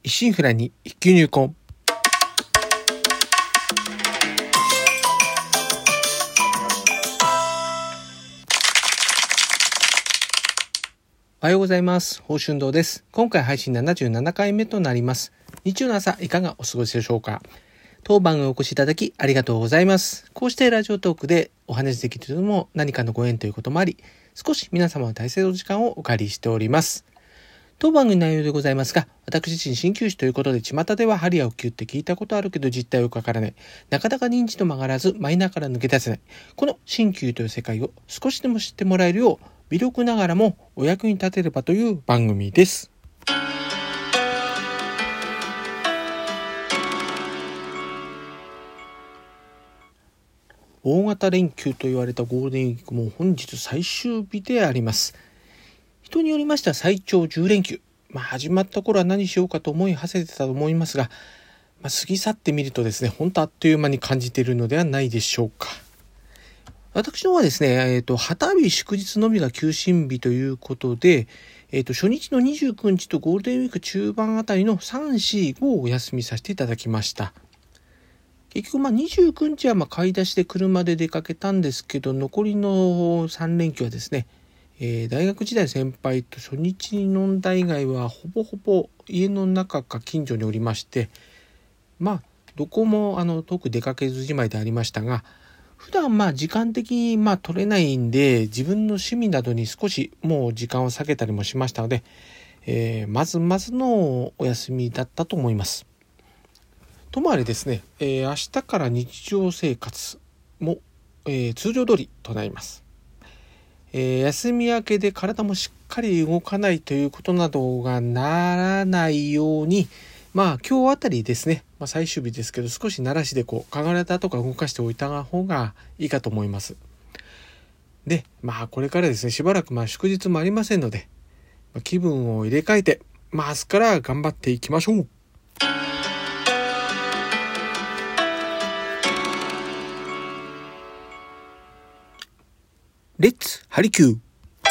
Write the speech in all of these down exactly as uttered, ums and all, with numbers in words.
一心不乱に一級入魂。おはようございます。宝春堂です。今回配信ななじゅうななかいめとなります。日曜の朝いかがお過ごしでしょうか。当番組お越しいただきありがとうございます。こうしてラジオトークでお話できるのも何かのご縁ということもあり、少し皆様の大切なお時間をお借りしております。当番組の内容でございますが、私自身鍼灸師ということで巷では針やお灸って聞いたことあるけど実態よくわからない、なかなか認知度も上がらずマイナーから抜け出せない、この鍼灸という世界を少しでも知ってもらえるよう微力ながらもお役に立てればという番組です。大型連休と言われたゴールデンウィークも本日最終日であります。人によりましては最長じゅうれんきゅう、まあ、始まった頃は何しようかと思い馳せてたと思いますが、まあ、過ぎ去ってみるとですね、本当あっという間に感じているのではないでしょうか。私の方はですね、えーと、旗日祝日のみが休診日ということで、えーと、初日のにじゅうくにちとゴールデンウィーク中盤あたりのさん、し、ごをお休みさせていただきました。結局まあにじゅうくにちはまあ買い出しで車で出かけたんですけど、残りのさんれんきゅうはですね、えー、大学時代先輩と初日に飲んだ以外はほぼほぼ家の中か近所におりまして、まあどこもあの遠く出かけずじまいでありましたが、普段まあ時間的にまあ取れないんで、自分の趣味などに少しもう時間を割けたりもしましたので、えー、まずまずのお休みだったと思います。ともあれですね、えー、明日から日常生活も、えー、通常通りとなります。えー、休み明けで体もしっかり動かないということなどがならないように、まあ今日あたりですね、まあ、最終日ですけど少し慣らしでこう体とか動かしておいた方がいいかと思います。で、まあこれからですね、しばらくまあ祝日もありませんので、まあ、気分を入れ替えて、まあ明日から頑張っていきましょう。レッツハリキュー。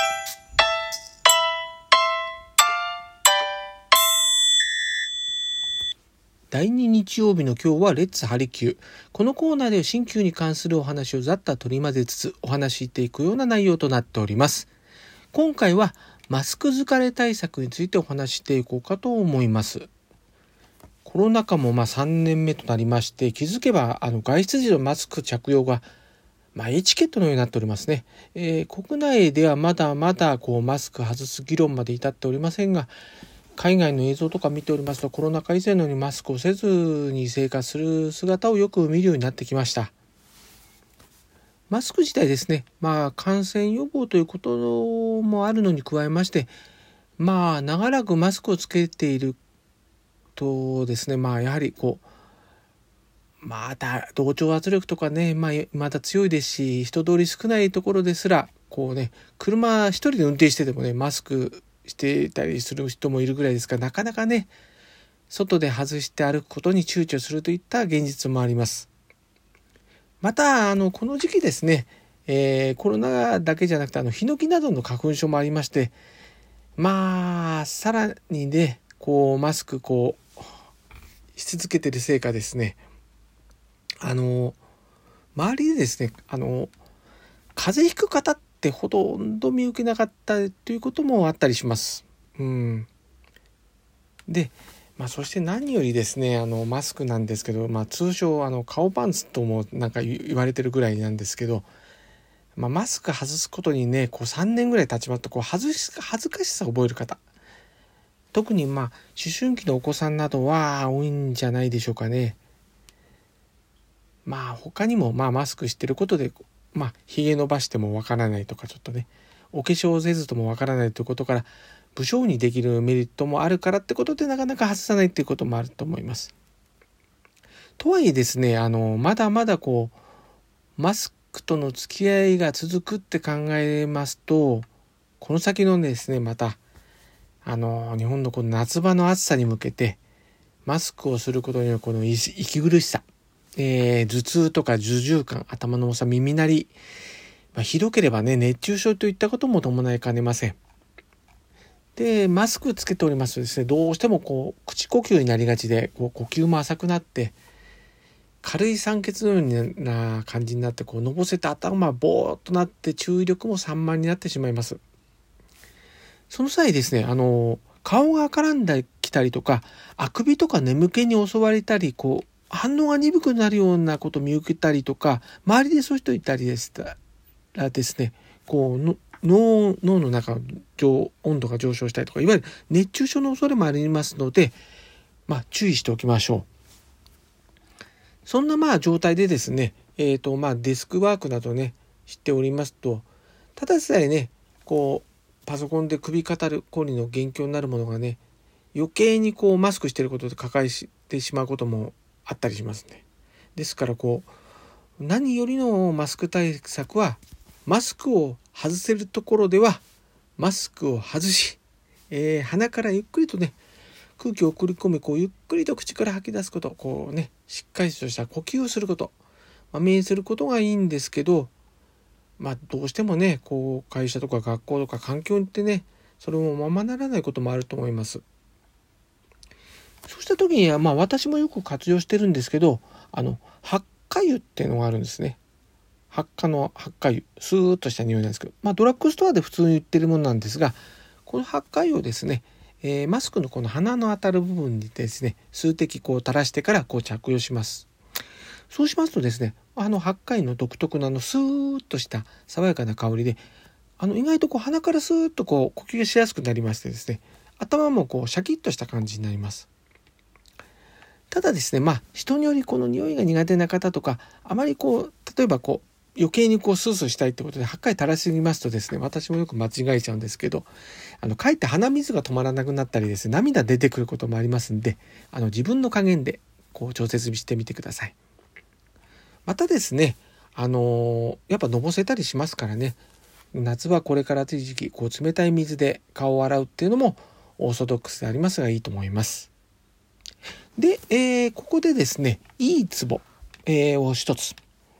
だいに日曜日の今日はレッツハリキュー。このコーナーで鍼灸に関するお話をざっと取り混ぜつつお話ししていくような内容となっております。今回はマスク疲れ対策についてお話ししていこうかと思います。コロナ禍もまあさんねんめとなりまして、気づけばあの外出時のマスク着用がまあエチケットのようになっておりますね。えー、国内ではまだまだこうマスク外す議論まで至っておりませんが、海外の映像とか見ておりますと、コロナ禍以前のようにマスクをせずに生活する姿をよく見るようになってきました。マスク自体ですね、まあ感染予防ということもあるのに加えまして、まあ長らくマスクをつけているとですね、まあやはりこうまた同調圧力とかね、まあまだ強いですし、人通り少ないところですらこうね、車一人で運転しててもね、マスクしていたりする人もいるぐらいですから、なかなかね外で外して歩くことに躊躇するといった現実もあります。またあのこの時期ですね、えー、コロナだけじゃなくてあのヒノキなどの花粉症もありまして、まあさらにねこうマスクこうし続けてるせいかですね、あの周りでですね、あの風邪ひく方ってほとんど見受けなかったということもあったりします。うん、で、まあ、そして何よりですね、あのマスクなんですけど、まあ、通称あの顔パンツともなんか言われてるぐらいなんですけど、まあ、マスク外すことにねこうさんねんぐらい経ちますとこう外し恥ずかしさを覚える方、特にまあ思春期のお子さんなどは多いんじゃないでしょうかね。まあ他にもまあマスクしてることでまあ髭伸ばしてもわからないとか、ちょっとねお化粧せずともわからないということから、不祥にできるメリットもあるからってことでなかなか外さないっていうこともあると思います。とはいえですね、あのまだまだこうマスクとの付き合いが続くって考えますと、この先のですねまたあの日本のこの夏場の暑さに向けてマスクをすることによるこの息苦しさ、えー、頭痛とか受重感、頭の重さ、耳鳴り、まあ、ひどければね熱中症といったことも伴いかねません。 で、マスクつけておりますとですね、どうしてもこう口呼吸になりがちで、こう呼吸も浅くなって、軽い酸欠のような感じになって、こうのぼせて頭がボーっとなって注意力も散漫になってしまいます。その際ですね、あの顔が赤らんできたりとか、あくびとか眠気に襲われたり、こう反応が鈍くなるようなことを見受けたりとか、周りでそういう人いたりでしたらですね、こうの脳, 脳の中の温度が上昇したりとか、いわゆる熱中症の恐れもありますので、まあ、注意しておきましょう。そんなまあ状態でですね、えーとまあ、デスクワークなどねしておりますと、ただでさえねこうパソコンで首肩こりの元凶になるものがね、余計にこうマスクしていることで抱えてしまうこともあったりしますね。ですからこう何よりのマスク対策は、マスクを外せるところではマスクを外し、えー、鼻からゆっくりとね空気を送り込み、こうゆっくりと口から吐き出すこと、こうねしっかりとした呼吸をすること、まあ、目にすることがいいんですけど、まあどうしてもねこう会社とか学校とか環境にってね、それもままならないこともあると思います。そうした時にはまあ私もよく活用してるんですけど、あの発火油っていうのがあるんですね。発火の発火油、スーッとした匂いなんですけど、まあドラッグストアで普通に売ってるものなんですが、この発火油をですね、えー、マスクのこの鼻の当たる部分にですね、数滴こう垂らしてからこう着用します。そうしますとですね、あの発火油の独特なあのスーッとした爽やかな香りで、あの意外とこう鼻からスーッとこう呼吸がしやすくなりましてですね、頭もこうシャキッとした感じになります。ただですね、まあ人によりこの匂いが苦手な方とか、あまりこう例えばこう余計にこうスースーしたいってことで発火油垂らしすぎますとですね、私もよく間違えちゃうんですけど、あのかえって鼻水が止まらなくなったりですね、涙出てくることもありますんで、あの自分の加減でこう調節してみてください。またですね、あのー、やっぱのぼせたりしますからね、夏はこれから暑い時期、こう冷たい水で顔を洗うっていうのもオーソドックスでありますがいいと思います。で、えー、ここでですね、いいツボ、えー、を一つ。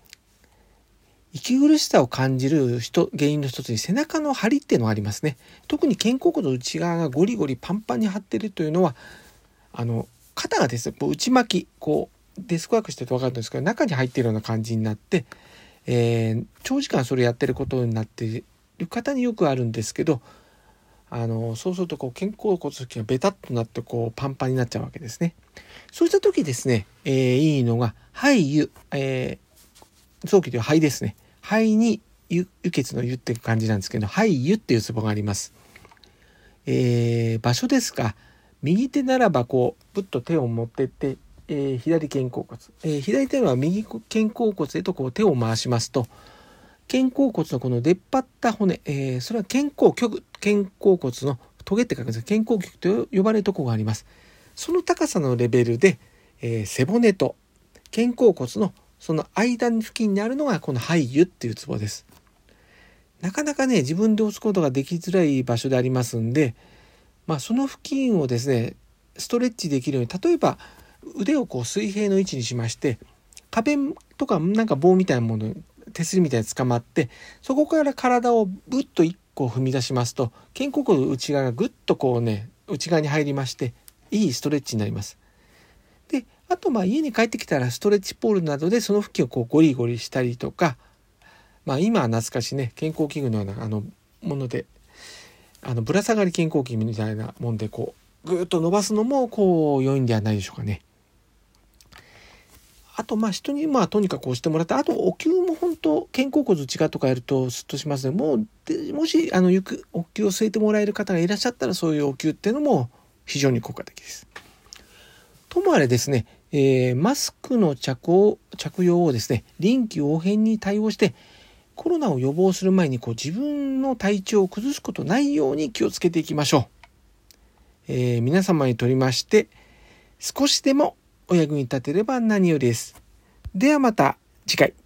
息苦しさを感じる人原因の一つに背中の張りっていうのがありますね。特に肩甲骨の内側がゴリゴリパンパンに張っているというのは、あの肩がですね内巻き、こうデスクワークしてると分かるんですけど、中に入っているような感じになって、えー、長時間それやってることになっている方によくあるんですけど、あのそうするとこう肩甲骨がベタッとなってこうパンパンになっちゃうわけですね。そうした時ですね、えー、いいのが肺湯、えー早期では肺ですね。肺に輸血の湯っていう感じなんですけど、肺湯っていうツボがあります。えー、場所ですが、右手ならばこうぶっと手を持ってって、えー、左肩甲骨、えー、左手は右肩甲骨へとこう手を回しますと、肩甲骨のこの出っ張った骨、えー、それは肩甲極、肩甲骨のトゲって書くんですが、肩甲極と呼ばれるところがあります。その高さのレベルで、えー、背骨と肩甲骨のその間付近にあるのがこの肺湯っていうツボです。なかなかね自分で押すことができづらい場所でありますんで、まあ、その付近をですねストレッチできるように、例えば腕をこう水平の位置にしまして、壁とかなんか棒みたいなもの、手すりみたいに捕まって、そこから体をぶっと一個踏み出しますと、肩甲骨の内側がぐっとこうね内側に入りまして、いいストレッチになります。で、あとまあ家に帰ってきたらストレッチポールなどでその付近をこうゴリゴリしたりとか、まあ今は懐かしいね健康器具のようなあのもので、あのぶら下がり健康器みたいなもんでこうぐーっと伸ばすのもこう良いんではないでしょうかね。あとまあ人にまあとにかく押してもらって、あとお灸も本当肩甲骨内側とかやるとスッとしますので、もうでもしあのよくお灸を据えてもらえる方がいらっしゃったら、そういうお灸っていうのも非常に効果的です。ともあれですね、えー、マスクの着用、着用をですね臨機応変に対応して、コロナを予防する前にこう自分の体調を崩すことないように気をつけていきましょう。えー、皆様にとりまして少しでもお役に立てれば何よりです。ではまた次回。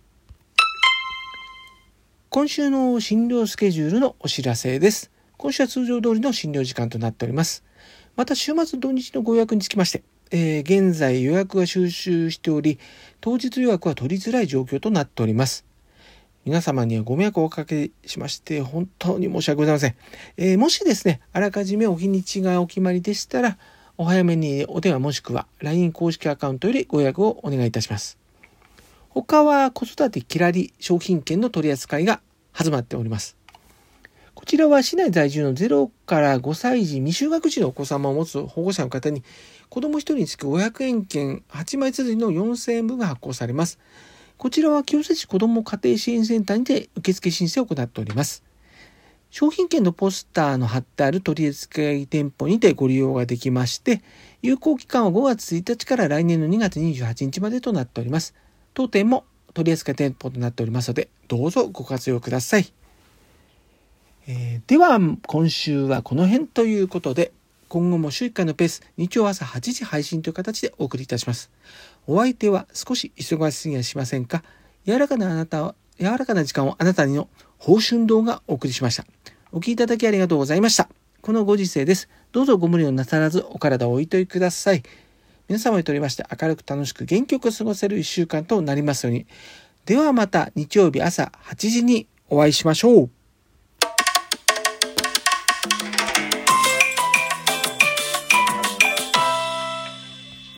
今週の診療スケジュールのお知らせです。今週は通常通りの診療時間となっております。また週末土日のご予約につきまして、えー、現在予約が収集しており、当日予約は取りづらい状況となっております。 皆様にはご迷惑をおかけしまして本当に申し訳ございません。えー、もしですね、あらかじめお日にちがお決まりでしたら、お早めにお電話もしくは ライン 公式アカウントよりご予約をお願いいたします。他は子育てきらり商品券の取り扱いが始まっております。こちらは市内在住のゼロからごさい児未就学児のお子様を持つ保護者の方に子どもひとりにつきごひゃくえん券はちまい綴りのよんせんえんぶんが発行されます。こちらは清瀬市子ども家庭支援センターにて受付申請を行っております。商品券のポスターの貼ってある取扱店舗にてご利用ができまして、有効期間はごがつついたちから来年のにがつにじゅうはちにちまでとなっております。当店も取扱店舗となっておりますので、どうぞご活用ください。えー、では今週はこの辺ということで、今後も週いっかいのペース、日曜朝はちじ配信という形でお送りいたします。お相手は少し忙しすぎはしませんか？柔らかなあなた、柔らかな時間をあなたにの宝春堂がお送りしました。お聞きいただきありがとうございました。このご時世です。どうぞご無理をなさらずお体をおいといください。皆様にとりまして明るく楽しく元気よく過ごせるいっしゅうかんとなりますように。ではまた日曜日朝はちじにお会いしましょう。